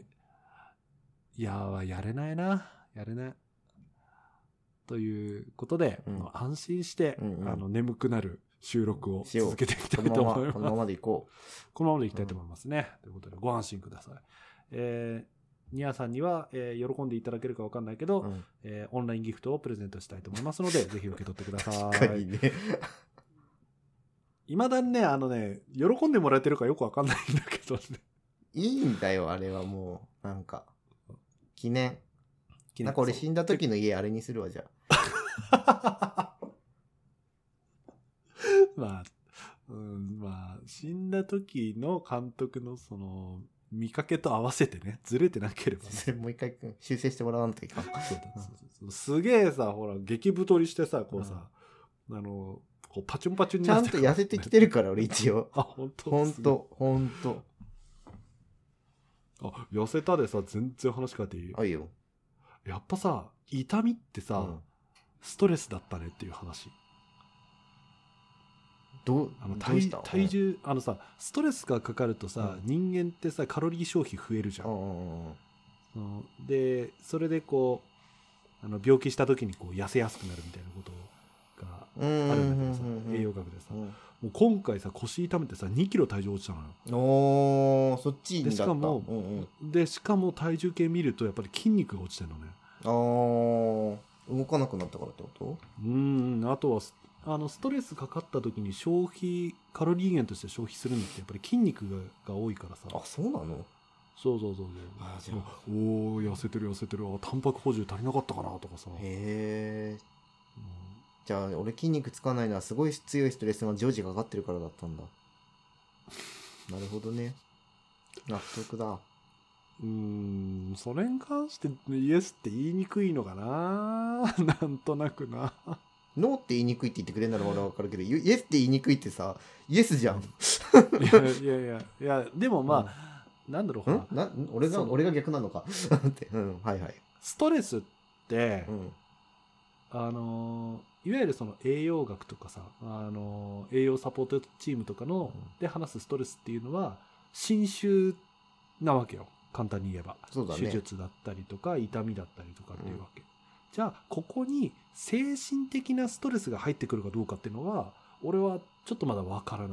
やれないな。やれない。ということで、安心して、眠くなる収録を続けていきたいと思います。 このままでいこう。 このままでいきたいと思いますね。ということで、ご安心ください。ニアさんには、喜んでいただけるか分かんないけど、オンラインギフトをプレゼントしたいと思いますので、ぜひ受け取ってください。 確かにね。 いまだにね、喜んでもらえてるかよく分かんないんだけどね。 いいんだよ、あれはもう。なんか、記念。なんか俺死んだ時の家あれにするわ、じゃあ。 まあ、死んだ時の監督のその、見かけと合わせてね、ずれてなければ、ね。 それもう一回修正してもらわんといかん。 そうすげえさ、ほら、激太りしてさ、こうさ、こうパチュンパチュンになってちゃんと痩せてきてるから、俺一応。 あ、本当。あ、痩せたでさ、全然話変えていい？ あ、いいよ。 やっぱさ、痛みってさ、ストレスだったねっていう話。体重、さ、ストレスがかかるとさ、人間ってさ、カロリー消費増えるじゃん。で、それでこう、病気した時にこう痩せやすくなるみたいなことがあるんだけどさ、栄養学でさ、もう今回さ、腰痛めてさ、2キロ体重落ちたのよ。 そっちにだった。しかも体重計見るとやっぱり筋肉が落ちてるのね。動かなくなったからってこと？ あとはストレスかかった時にカロリー源として消費するのってやっぱり筋肉が多いからさ。 あ、そうなの？ そう痩せてるタンパク補充足りなかったかなとかさ。 へえ。じゃあ俺筋肉つかないのはすごい強いストレスが常時かかってるからだったんだ。なるほどね。納得だ。 それに関してイエスって言いにくいのかななんとなくな。 ノーって言いにくいって言ってくれるなら俺は分かるけど、イエスって言いにくいってさ、イエスじゃん。 いやでもまあ、なんだろう、 俺が逆なのかってはいはい。 ストレスって、いわゆるその栄養学とかさ、栄養サポートチームとかので話すストレスっていうのは侵襲なわけよ。簡単に言えば、手術だったりとか痛みだったりとかっていうわけ。じゃあここに精神的なストレスが入ってくるかどうかっていうのは俺はちょっとまだわからない。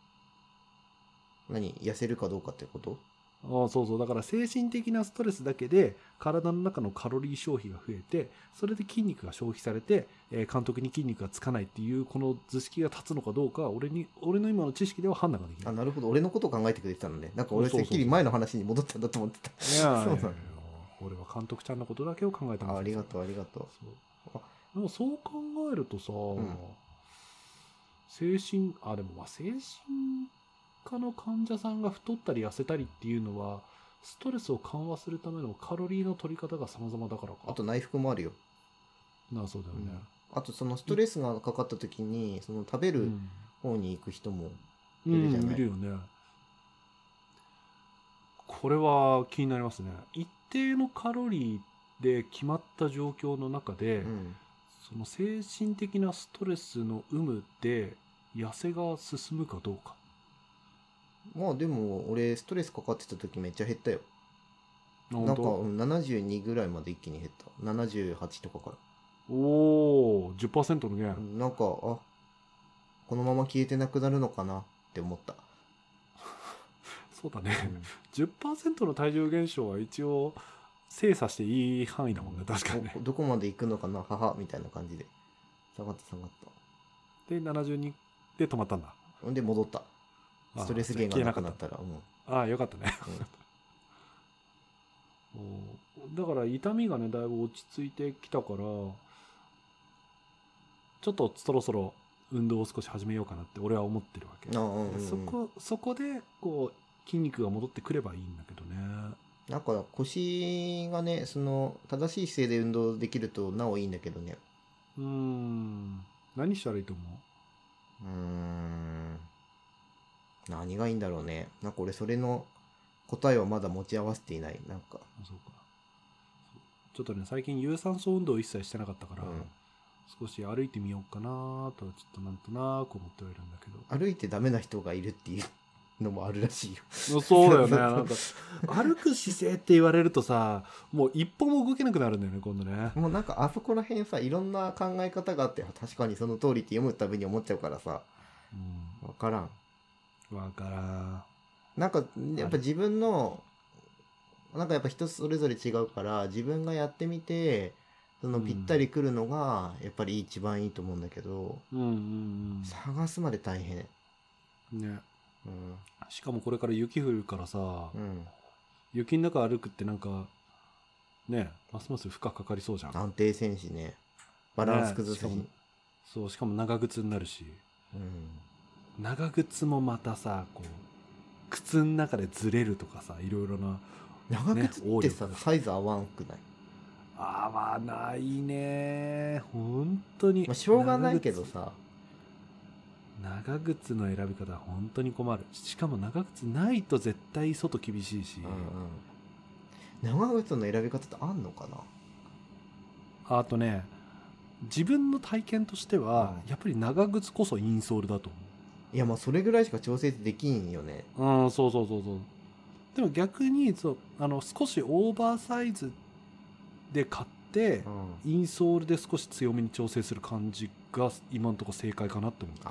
痩せるかどうかってこと？ そうだから精神的なストレスだけで体の中のカロリー消費が増えて、それで筋肉が消費されて、監督に筋肉がつかないっていうこの図式が立つのかどうか俺の今の知識では判断ができない。 なるほど、俺のことを考えてくれてたのね。なんか俺てっきり前の話に戻ったんだと思ってた。 俺は監督ちゃんのことだけを考えてます。 ありがとう。 でもそう考えるとさ、精神科の患者さんが太ったり痩せたりっていうのはストレスを緩和するためのカロリーの取り方が様々だからか。 あと内服もあるよ。 そうだよね。 あとそのストレスがかかった時にその食べる方に行く人もいるじゃない。 いるよね。これは気になりますね。一定のカロリーで決まった状況の中で、その精神的なストレスの有無で痩せが進むかどうか。 まあでも俺ストレスかかってた時めっちゃ減ったよ。なんか72ぐらいまで一気に減った。78とかから。 10% のね。 なんかこのまま消えてなくなるのかなって思った。 そうだね、10% の体重減少は一応精査していい範囲だもんね。確かにね。 どこまで行くのかな母みたいな感じで下がったで72で止まったんだ。 で戻った。ストレス源がなくなったら。 よかったね。だから痛みがねだいぶ落ち着いてきたから、ちょっとそろそろ運動を少し始めようかなって俺は思ってるわけ。そこでこう筋肉が戻ってくればいいんだけどね。 なんか腰がねその正しい姿勢で運動できるとなおいいんだけどね。 何したらいいと思う？何がいいんだろうね。なんか俺それの答えはまだ持ち合わせていない。なんかそうか。ちょっとね、最近有酸素運動を一切してなかったから、少し歩いてみようかなとはちょっとなんとなく思ってはいるんだけど。 歩いてダメな人がいるっていうのもあるらしいよ。 そうだよね。なんか歩く姿勢って言われるとさ、もう一歩も動けなくなるんだよね、今度ね。 もうなんかあそこら辺さ、いろんな考え方があって、確かにその通りって読むたびに思っちゃうからさ、分からん。なんかやっぱ自分のなんかやっぱ人それぞれ違うから、自分がやってみてそのぴったりくるのがやっぱり一番いいと思うんだけど、探すまで大変ね。しかもこれから雪降るからさ、雪の中歩くってなんかね、ますます負荷かかりそうじゃん。 安定せんしね、バランス崩すし、 そう、しかも長靴になるし、長靴もまたさ、こう靴の中でずれるとかさ、いろいろな長靴ってさ、サイズ合わんくない？ 合わないね、本当に。 しょうがないけどさ、 長靴の選び方は本当に困る。しかも長靴ないと絶対外厳しいし、 長靴の選び方ってあんのかな。あとね、自分の体験としては、やっぱり長靴こそインソールだと思う。 いや、まあそれぐらいしか調整できんよね。 そう。でも逆に少しオーバーサイズで買って、インソールで少し強めに調整する感じが今のところ正解かなって思って。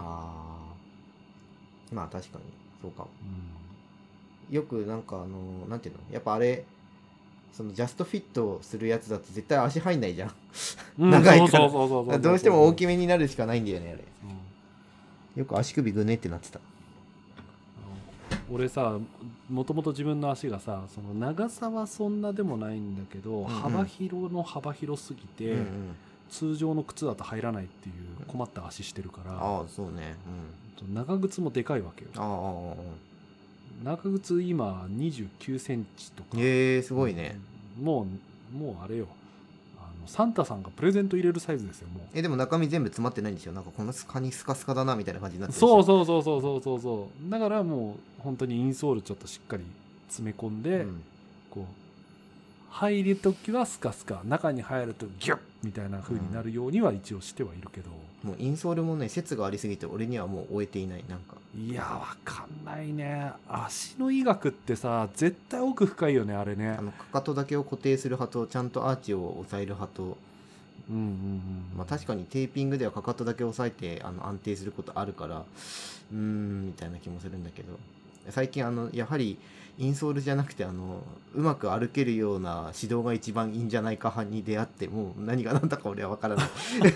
まあ確かにそうかも。よくなんかなんていうの、やっぱあれ、そのジャストフィットするやつだと絶対足入んないじゃん。長いからどうしても大きめになるしかないんだよね、あれ。よく足首ぐねってなってた。 俺さ、もともと自分の足がさ、その長さはそんなでもないんだけど、幅広すぎて、通常の靴だと入らないっていう困った足してるから。 そうね。 長靴もでかいわけよ。長靴今29センチとか。 すごいね。 もうあれよ、サンタさんがプレゼント入れるサイズですよ。もうでも中身全部詰まってないんですよ。なんかこのカニスカスカだなみたいな感じになってる。 そうだからもう本当にインソールちょっとしっかり詰め込んで、こう入るときはスカスカ、中に入るとギュッみたいな風になるようには一応してはいるけど、 もうインソールもね、説がありすぎて俺にはもう終えていない。なんかいや、わかんないね。足の医学ってさ、絶対奥深いよね、あれね。 かかとだけを固定する派と、ちゃんとアーチを抑える派と、まあ確かにテーピングではかかとだけ押さえて安定することあるからみたいな気もするんだけど、最近やはりインソールじゃなくてうまく歩けるような指導が一番いいんじゃないか派に出会って、もう何が何だか俺は分からない。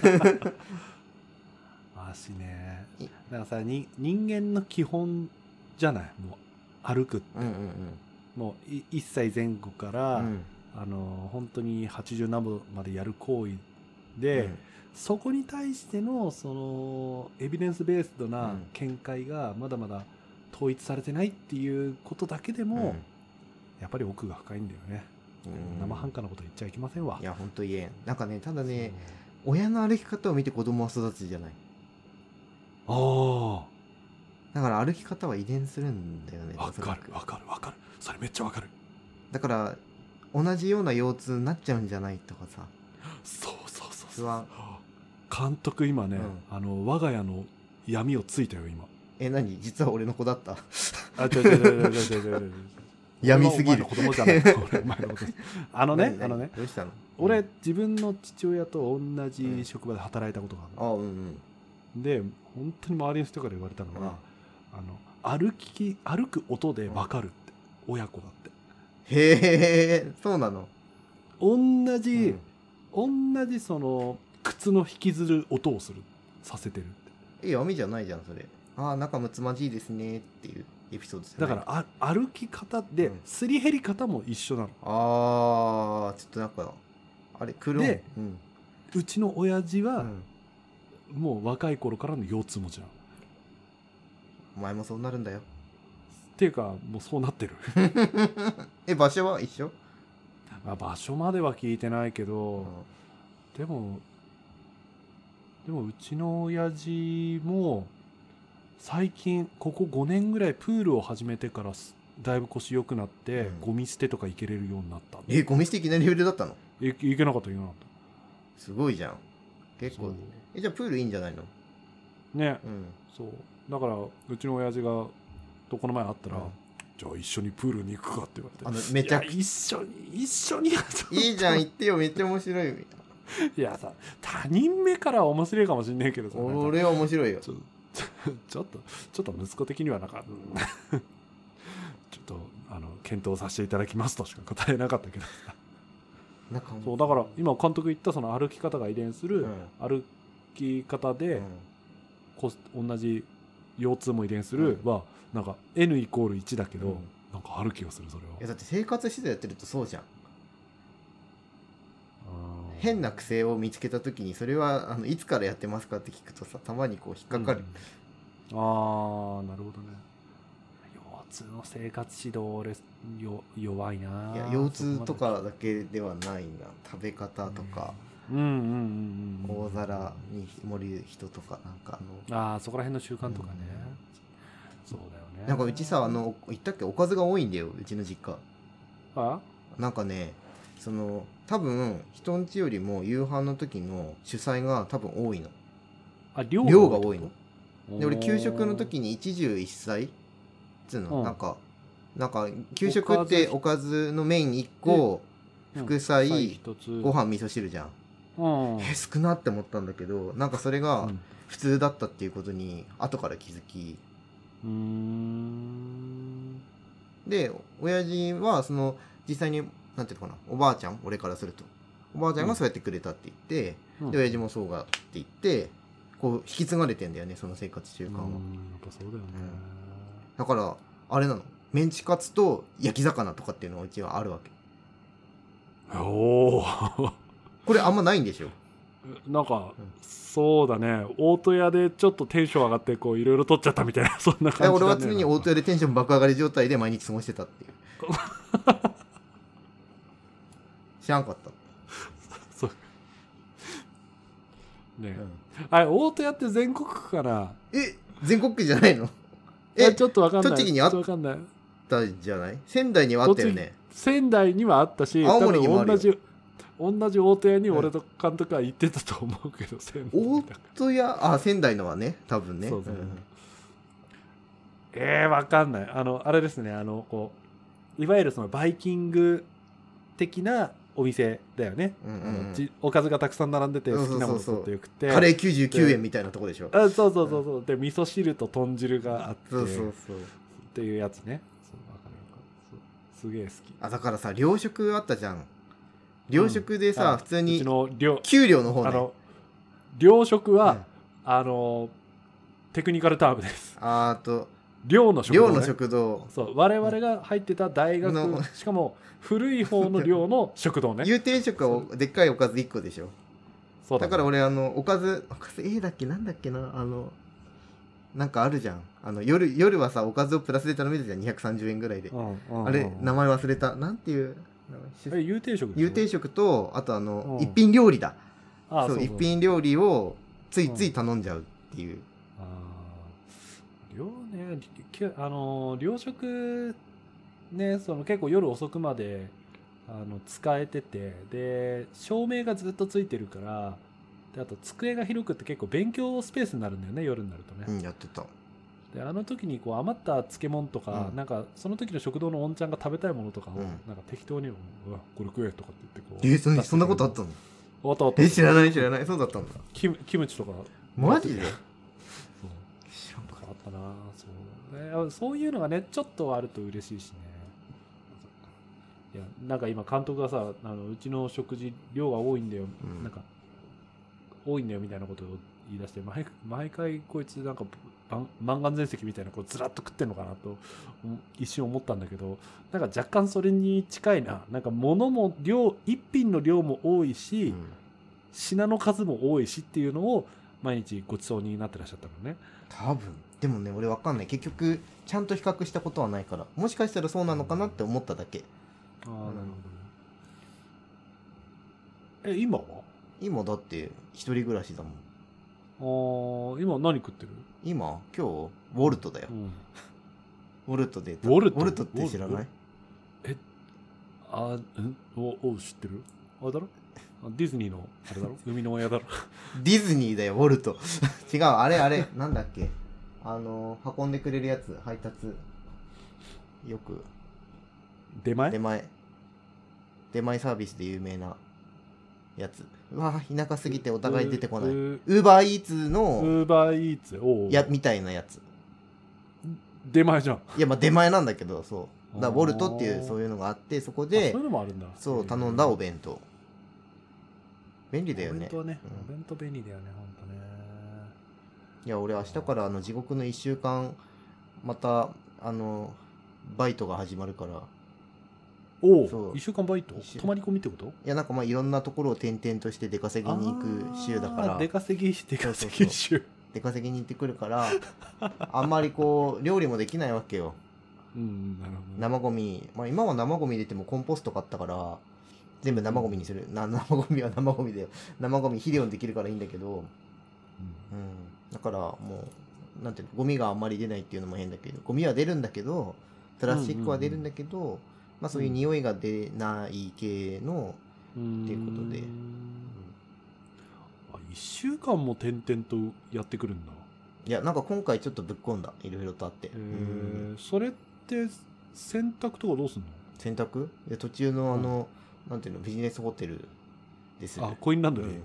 足ね、だからさ、人間の基本じゃない、もう歩くって、もう1歳前後から、本当に80何歩までやる行為で、そこに対してのそのエビデンスベースドな見解がまだまだ統一されてないっていうことだけでも、やっぱり奥が深いんだよね。生半可なこと言っちゃいけませんわ。 いや本当言えん。なんかね、ただね、親の歩き方を見て子供は育つじゃない。だから歩き方は遺伝するんだよね。 わかる。それめっちゃわかる。 だから同じような腰痛になっちゃうんじゃないとかさ。 そう不安。 監督今ね、我が家の闇をついたよ今。 何？実は俺の子だった。 闇すぎる。子供じゃない。どうしたの？ 俺自分の父親と同じ職場で働いたことがある。で本当に周りの人から言われたのは、歩く音で分かるって、親子だって。 へえ、そうなの？ 同じその靴の引きずる音をさせてるって。 闇じゃないじゃんそれ。仲睦まじいですねっていうエピソードですよね。 だから歩き方で、すり減り方も一緒なの。 ちょっとなんかあれで、うちの親父は、もう若い頃からの腰痛持ちなの。 お前もそうなるんだよっていうかもうそうなってる。 場所は一緒？ 場所までは聞いてないけど、でもでもうちの親父も最近ここ5年ぐらいプールを始めてからだいぶ腰良くなって、ゴミ捨てとか行けれるようになった。 ゴミ捨ていきなりレベルだったの？ いけなかった。 すごいじゃん。結構。じゃあプールいいんじゃないの？ ね、そうだからうちの親父がこの前会ったら、じゃあ一緒にプールに行くかって言われて、 めちゃく一緒にいいじゃん、行ってよ、めっちゃ面白い。 いやさ、他人目からは面白いかもしんないけどさ、 俺は面白いよ。ちょっと息子的にはなんかちょっと検討させていただきますとしか答えなかったけどさ。そうだから今監督言ったその歩き方が遺伝する歩き方で、同じ腰痛も遺伝するはなんか N=1 だけど、なんかある気がする。それは。 いやだって生活指導やってるとそうじゃん。変な癖を見つけた時にそれはいつからやってますかって聞くとさ、たまにこう引っかかる。 なるほどね。腰痛の生活指導俺弱いな。 いや腰痛とかだけではないんだ。食べ方とか、大皿に盛る人とか、なんかそこら辺の習慣とかね、そうだよね。 なんかうちさ言ったっけ、おかずが多いんだよ、うちの実家。なんかね、多分人ん家よりも夕飯の時の主菜が多分多いの。量が多いの。で俺給食の時に一汁一菜つうの、なんか給食っておかずのメイン1個、副菜、ご飯味噌汁じゃん。少なって思ったんだけど、なんかそれが普通だったっていうことに後から気づき、で親父は実際になんていうのかな、おばあちゃん、俺からするとおばあちゃんがそうやってくれたって言って、で親父もそうがって言ってこう引き継がれてんだよね、その生活習慣は。やっぱそうだよね。 だからあれなの、メンチカツと焼き魚とかっていうのがうちはあるわけ。これあんまないんでしょ。 なんか、そうだね、大戸屋でちょっとテンション上がってこういろいろ取っちゃったみたいな、そんな感じだね。 俺は常に大戸屋でテンション爆上がり状態で毎日過ごしてたっていう知らんかったそうね、あれ大戸屋って全国区かな。 全国区じゃないの？ ちょっとわかんない。 栃木にあったじゃない？仙台にはあったよね。 仙台にはあったし、 青森にもあるよ。 同じ大戸屋に俺と監督は行ってたと思うけど、 大戸屋、仙台のはね、多分ね。 わかんない。あれですね、こういわゆるそのバイキング的なお店だよね。おかずがたくさん並んでて好きなもの取ってよくて、 カレー99円みたいなとこでしょ。 そうで味噌汁と豚汁があってっていうやつね。すげえ好き。 だからさ、糧食あったじゃん。糧食でさ、普通に給料の方ね。 糧食は、テクニカルタームです。寮の食堂。そう、我々が入ってた大学、しかも古い方の寮の食堂ね。 有定食はでっかいおかず1個でしょ。そうだから俺おかずだっけ、なんだっけな、なんかあるじゃん。夜はさおかずをプラスで頼めるじゃん、230円ぐらいで。あれ名前忘れた。なんていう。 有定食とあと一品料理だ。そう一品料理をついつい頼んじゃうっていう。 糧食ね、結構夜遅くまで使えてて、で照明がずっとついてるから、であと机が広くって結構勉強スペースになるんだよね、夜になるとね。 やってた。 で時にこう余った漬物とか、なんかその時の食堂のおんちゃんが食べたいものとかを、なんか適当に「うわこれ食え」とかって言ってこう。そんなことあったの？ あった。 知らない。そうだったんだ。 キムチとか。 マジで？そう知らんかったな。そういうのがねちょっとあると嬉しいしね。いやなんか今監督がさ、うちの食事量が多いんだよ、なんか多いんだよみたいなことを言い出して、毎回こいつなんか満願全席みたいなこうずらっと食ってんのかなと一瞬思ったんだけど、なんか若干それに近いな。なんか物も一品の量も多いし、品の数も多いしっていうのを毎日ごちそうになってらっしゃったのね。 多分。でもね俺わかんない、結局ちゃんと比較したことはないから、もしかしたらそうなのかなって思っただけ。 なるほどね。今は？ 今だって一人暮らしだもん。 今何食ってる？ 今日ウォルトだよ、ウォルトでウォルトって知らない？ 知ってる？あれだろ、ディズニーのあれだろ海の親だろディズニーだよウォルト違う、あれなんだっけ、運んでくれるやつ、配達よく出前サービスで有名なやつ。うわ田舎すぎてお互い出てこない。ウーバーイーツのみたいなやつ。 出前じゃん。 いや出前なんだけど、そうだからウォルトっていうそういうのがあって、そこでそういうのもあるんだ。 そう頼んだお弁当便利だよね。 お弁当便利だよね、ほんとね。 いや俺明日から地獄の1週間またバイトが始まるから。 1週間バイト？泊まり込みってこと？ いやなんかいろんなところを転々として出稼ぎに行く週だから。 出稼ぎ週出稼ぎに行ってくるからあんまり料理もできないわけよ。 なるほど。 生ゴミ、今は生ゴミ入れてもコンポスト買ったから全部生ゴミにする。生ゴミは生ゴミだよ。生ゴミ肥料にできるからいいんだけど、だからもうなんていうの、ゴミがあんまり出ないっていうのも変だけど、ゴミは出るんだけど、プラスチックは出るんだけど、そういう匂いが出ない系のっていうことで、 1週間も点々とやってくるんだ。 いやなんか今回ちょっとぶっ込んだ、いろいろとあって。 それって洗濯とかどうすんの？ 洗濯で途中のなんていうの、ビジネスホテルですね。 コインランドリー、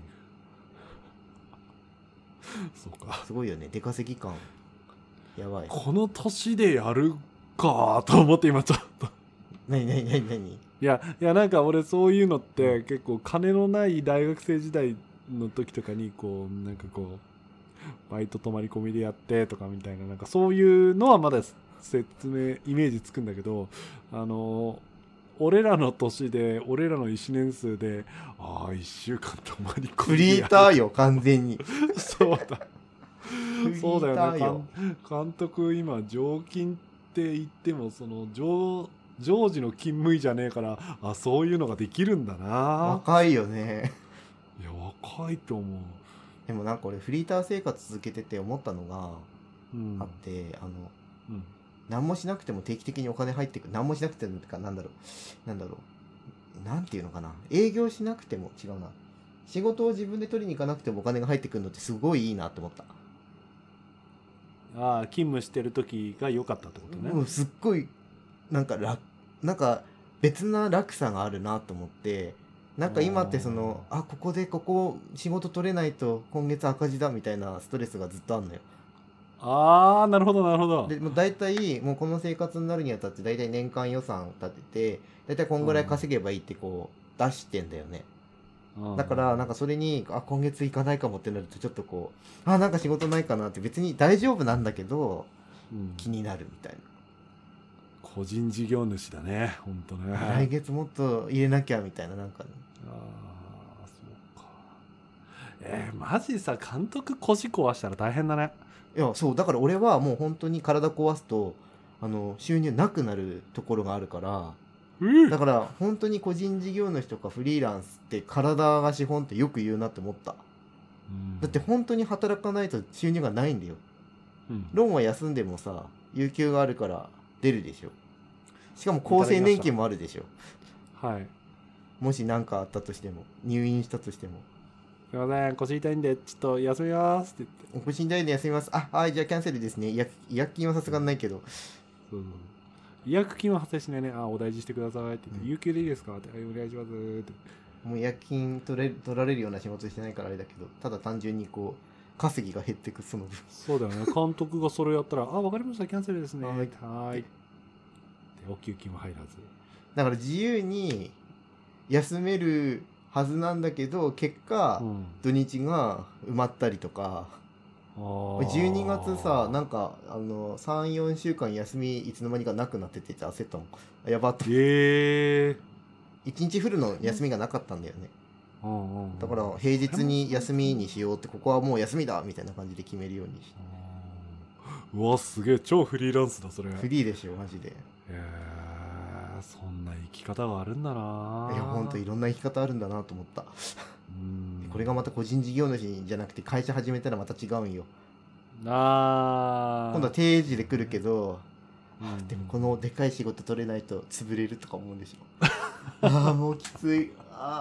そうか。 すごいよね、出稼ぎ感やばい。 この年でやるかと思って今ちょっと何いやなんか俺そういうのって結構金のない大学生時代の時とかになんかバイト泊まり込みでやってとかみたいな、なんかそういうのはまだ説明イメージつくんだけど、俺らの年で俺らの1年数で1週間泊まり込みでフリーターよ完全にそうだよね。監督今常勤って言ってもその常時の勤務医じゃねえから、そういうのができるんだな。 若いよね。 いや若いと思う。 でもなんか俺フリーター生活続けてて思ったのがあって、何もしなくても定期的にお金入ってくる。何もしなくてもってかなんだろうなんていうのかな、営業しなくても、違うな、仕事を自分で取りに行かなくてもお金が入ってくるのってすごいいいなって思った。 勤務してる時が良かったってことね。 もうすっごいなんか別な楽さがあるなと思って、なんか今ってここ仕事取れないと今月赤字だみたいなストレスがずっとあるのよ。 なるほど。 でもう大体もうこの生活になるにあたって大体年間予算立てて大体こんぐらい稼げばいいって出してんだよね。だからなんかそれに今月行かないかもってなるとちょっとなんか仕事ないかなって、別に大丈夫なんだけど、気になるみたいな。 個人事業主だね、ほんとね。 来月もっと入れなきゃみたいな、なんかね。 そうか。マジさ、監督腰壊したら大変だね。 いやそうだから俺はもう本当に体壊すと収入なくなるところがあるから、だから本当に個人事業主とかフリーランスって体が資本ってよく言うなって思った。だって本当に働かないと収入がないんだよ。ローンは休んでもさ有給があるから出るでしょ。しかも厚生年金もあるでしょ。 はい。 もし何かあったとしても、入院したとしても、 すいません腰痛いんでちょっと休みますって言って、 腰痛いんで休みます、はいじゃあキャンセルですね。違約金はさすがにないけど、 違約金は発生しないね。お大事してくださいって言って、有給でいいですかって、お願いしますって。 もう違約金取られるような仕事してないからあれだけど、ただ単純に稼ぎが減ってく、その分。 そうだよね。監督がそれやったらわかりましたキャンセルですね、はいでお給金は入らず。 だから自由に休めるはずなんだけど結果、土日が埋まったりとか。12月さなんか3,4 週間休みいつの間にかなくなってて焦ったもん。やばっと。1日フルの休みがなかったんだよね。だから平日に休みにしようって、ここはもう休みだみたいな感じで決めるようにして。 うわすげえ、超フリーランスだそれ。 フリーでしょマジで。 そんな生き方があるんだな。 いやほんといろんな生き方あるんだなと思った。 これがまた個人事業主じゃなくて会社始めたらまた違うんよ。今度は定時で来るけど、でもこのでかい仕事取れないと潰れるとか思うんでしょ。もうきつい。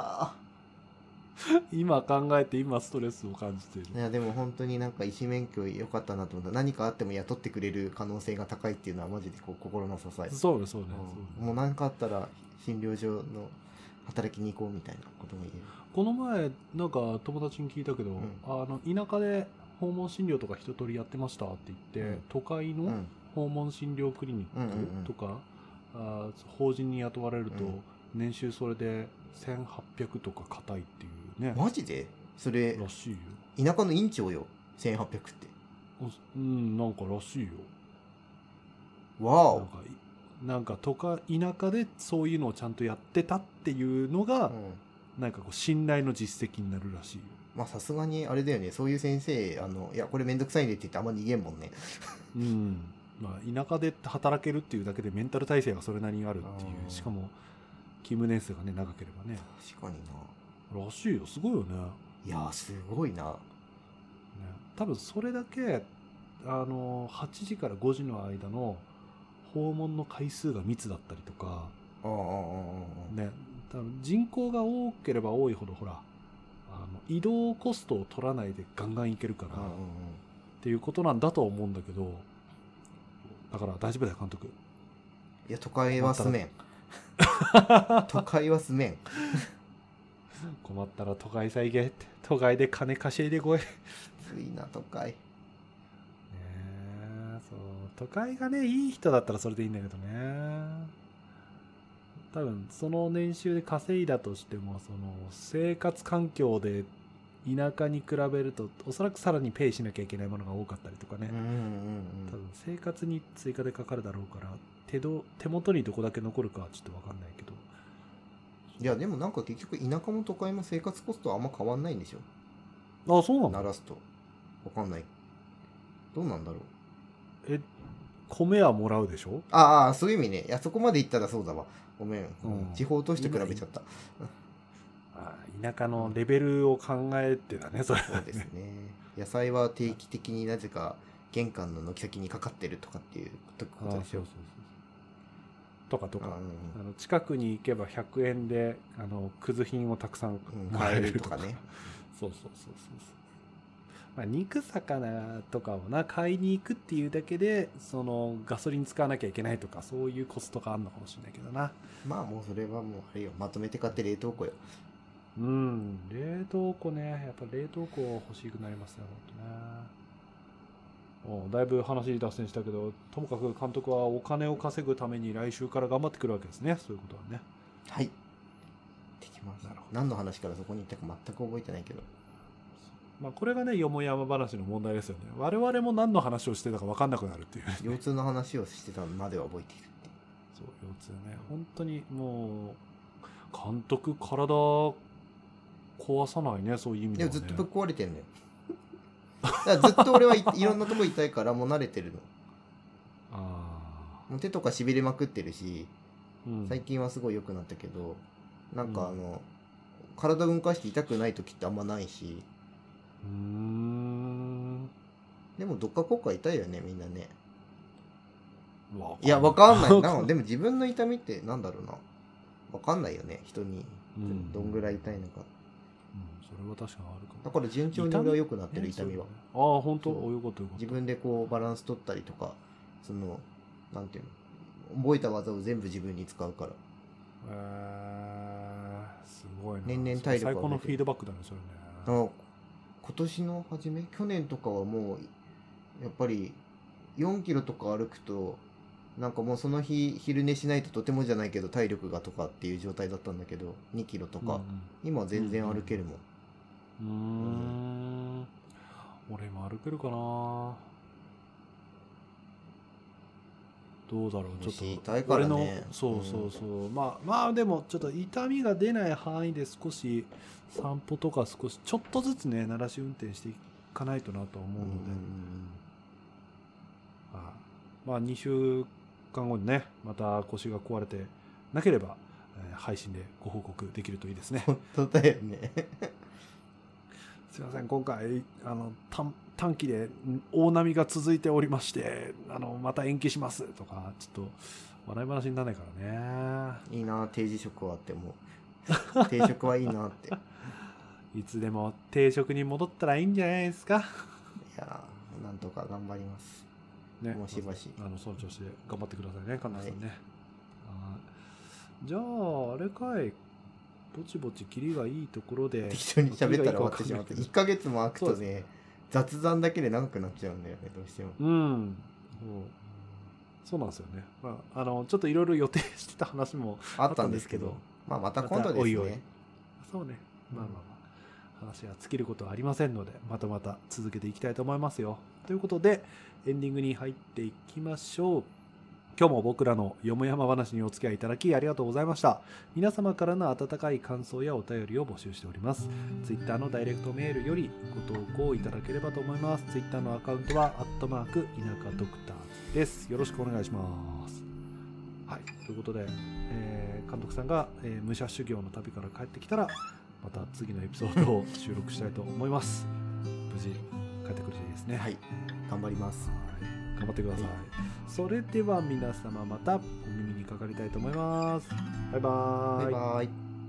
今考えて今ストレスを感じている。 いやでも本当になんか医師免許良かったなと思った。何かあっても雇ってくれる可能性が高いっていうのはマジでこう心の支え。 そうね。 もう何かあったら診療所の働きに行こうみたいなことも言える。 この前なんか友達に聞いたけど、田舎で訪問診療とか一通りやってましたって言って、都会の訪問診療クリニックとか、法人に雇われると、年収それで1800とか硬いっていうね。 マジで？それらしいよ。 田舎の院長よ、1800って。 なんからしいよ。 わお。 なんか田舎でそういうのをちゃんとやってたっていうのが、なんかこう信頼の実績になるらしいよ。 まあさすがにあれだよね、そういう先生いやこれめんどくさいねって言ってあんま逃げんもんね。 まあ田舎で働けるっていうだけでメンタル体制がそれなりにあるっていう、しかも勤務年数がね長ければね。 確かにな。らしいよ。すごいよね。 いやすごいな。ね、 多分それだけ8時から5時の間の訪問の回数が密だったりとか、ね、多分人口が多ければ多いほどほら移動コストを取らないでガンガンいけるから、っていうことなんだと思うんだけど、だから大丈夫だよ監督。 いや都会は住めん。都会は住めん。 困ったら都会再現って都会で金稼いでこい。 ついな都会。ねえ、そう都会がねいい人だったらそれでいいんだけどね。多分その年収で稼いだとしてもその生活環境で田舎に比べるとおそらくさらにペイしなきゃいけないものが多かったりとかね。多分生活に追加でかかるだろうから手元にどこだけ残るかはちょっと分かんないけど。 いやでもなんか結局田舎も都会も生活コストはあんま変わんないんでしょ。 あ、そうなの？ 鳴らすと分かんない。どうなんだろう。米はもらうでしょ？ そういう意味ね。いやそこまで言ったらそうだわ。ごめん、地方都市と比べちゃった。 田舎のレベルを考えてだね、それ。 そうですね。野菜は定期的になぜか玄関の軒先にかかってるとかっていうことでしょ。 とか、近くに行けば100円でくず品をたくさん買えるとかね。そう。まあ、肉魚とかを買いに行くっていうだけでそのガソリン使わなきゃいけないとかそういうコストがあるのかもしれないけどな。 まあもうそれはもうあれよ、まとめて買って冷凍庫よ。 冷凍庫ね。やっぱ冷凍庫欲しくなりますねほんとね。だいぶ話脱線したけど、ともかく監督はお金を稼ぐために来週から頑張ってくるわけですね。そういうことはね。 はい、できます。何の話からそこに行ったか全く覚えてないけど、 まあこれがねよもやま話の問題ですよね。我々も何の話をしてたか分かんなくなるっていう、ね、 腰痛の話をしてたまでは覚えているって。 そう腰痛ね。本当にもう監督体壊さないね、そういう意味では、ね。 いやずっとぶっ壊れてんのよ。だからずっと俺はいろんなとこ痛いからもう慣れてるの。もう手とかしびれまくってるし、最近はすごい良くなったけど、なんか体動かして痛くない時ってあんまないし。でもどっかこっか痛いよねみんなね。いやわかんないな。でも自分の痛みってなんだろうな、わかんないよね人にどんぐらい痛いのか。 それは確かにあるかも。 だから順調に俺は良くなってる痛みは。 本当。いうこと。 自分でこうバランス取ったりとか、そのなんていうの、覚えた技を全部自分に使うから。 すごいな。 年々体力最高のフィードバックだねそれね。 今年の初め、去年とかはもうやっぱり4キロとか歩くとなんかもうその日昼寝しないととてもじゃないけど体力がとかっていう状態だったんだけど、2キロとか、今は全然歩けるもん。 俺も歩けるかな。どうだろう。ちょっと痛いからね。 そうまあでもちょっと痛みが出ない範囲で少し散歩とか少しちょっとずつね慣らし運転していかないとなと思うので、まあ2週間後にねまた腰が壊れてなければ、配信でご報告できるといいですね。 本当だよね。 すいません、今回短期で大波が続いておりましてまた延期しますとか、ちょっと笑い話にならないからね。いいな、定時職はってもう定職はいいなっていつでも定職に戻ったらいいんじゃないですか。いやなんとか頑張りますね。もうしばしその調子で頑張ってくださいね、神田さんね。はい、じゃああれかい、ぼちぼちキリがいいところで適当に喋ったら終わってしまった。1ヶ月も空くとね、雑談だけで長くなっちゃうんだよね、どうしても。 そうなんですよね。ちょっといろいろ予定してた話もあったんですけど、 また今度ですね。 おいそうね。話は尽きることはありませんので、また続けていきたいと思いますよ。ということでエンディングに入っていきましょう。今日も僕らのよもやま話にお付き合いいただきありがとうございました。皆様からの温かい感想やお便りを募集しております。Twitter のダイレクトメールよりご投稿いただければと思います。Twitter のアカウントは@田舎ドクターです。よろしくお願いします。はい、ということで、監督さんが、武者修行の旅から帰ってきたらまた次のエピソードを収録したいと思います。無事帰ってくるといいですね。 はい、頑張ります。 頑張ってください。それでは皆様またお耳にかかりたいと思います。バイバーイ。 バイバイ。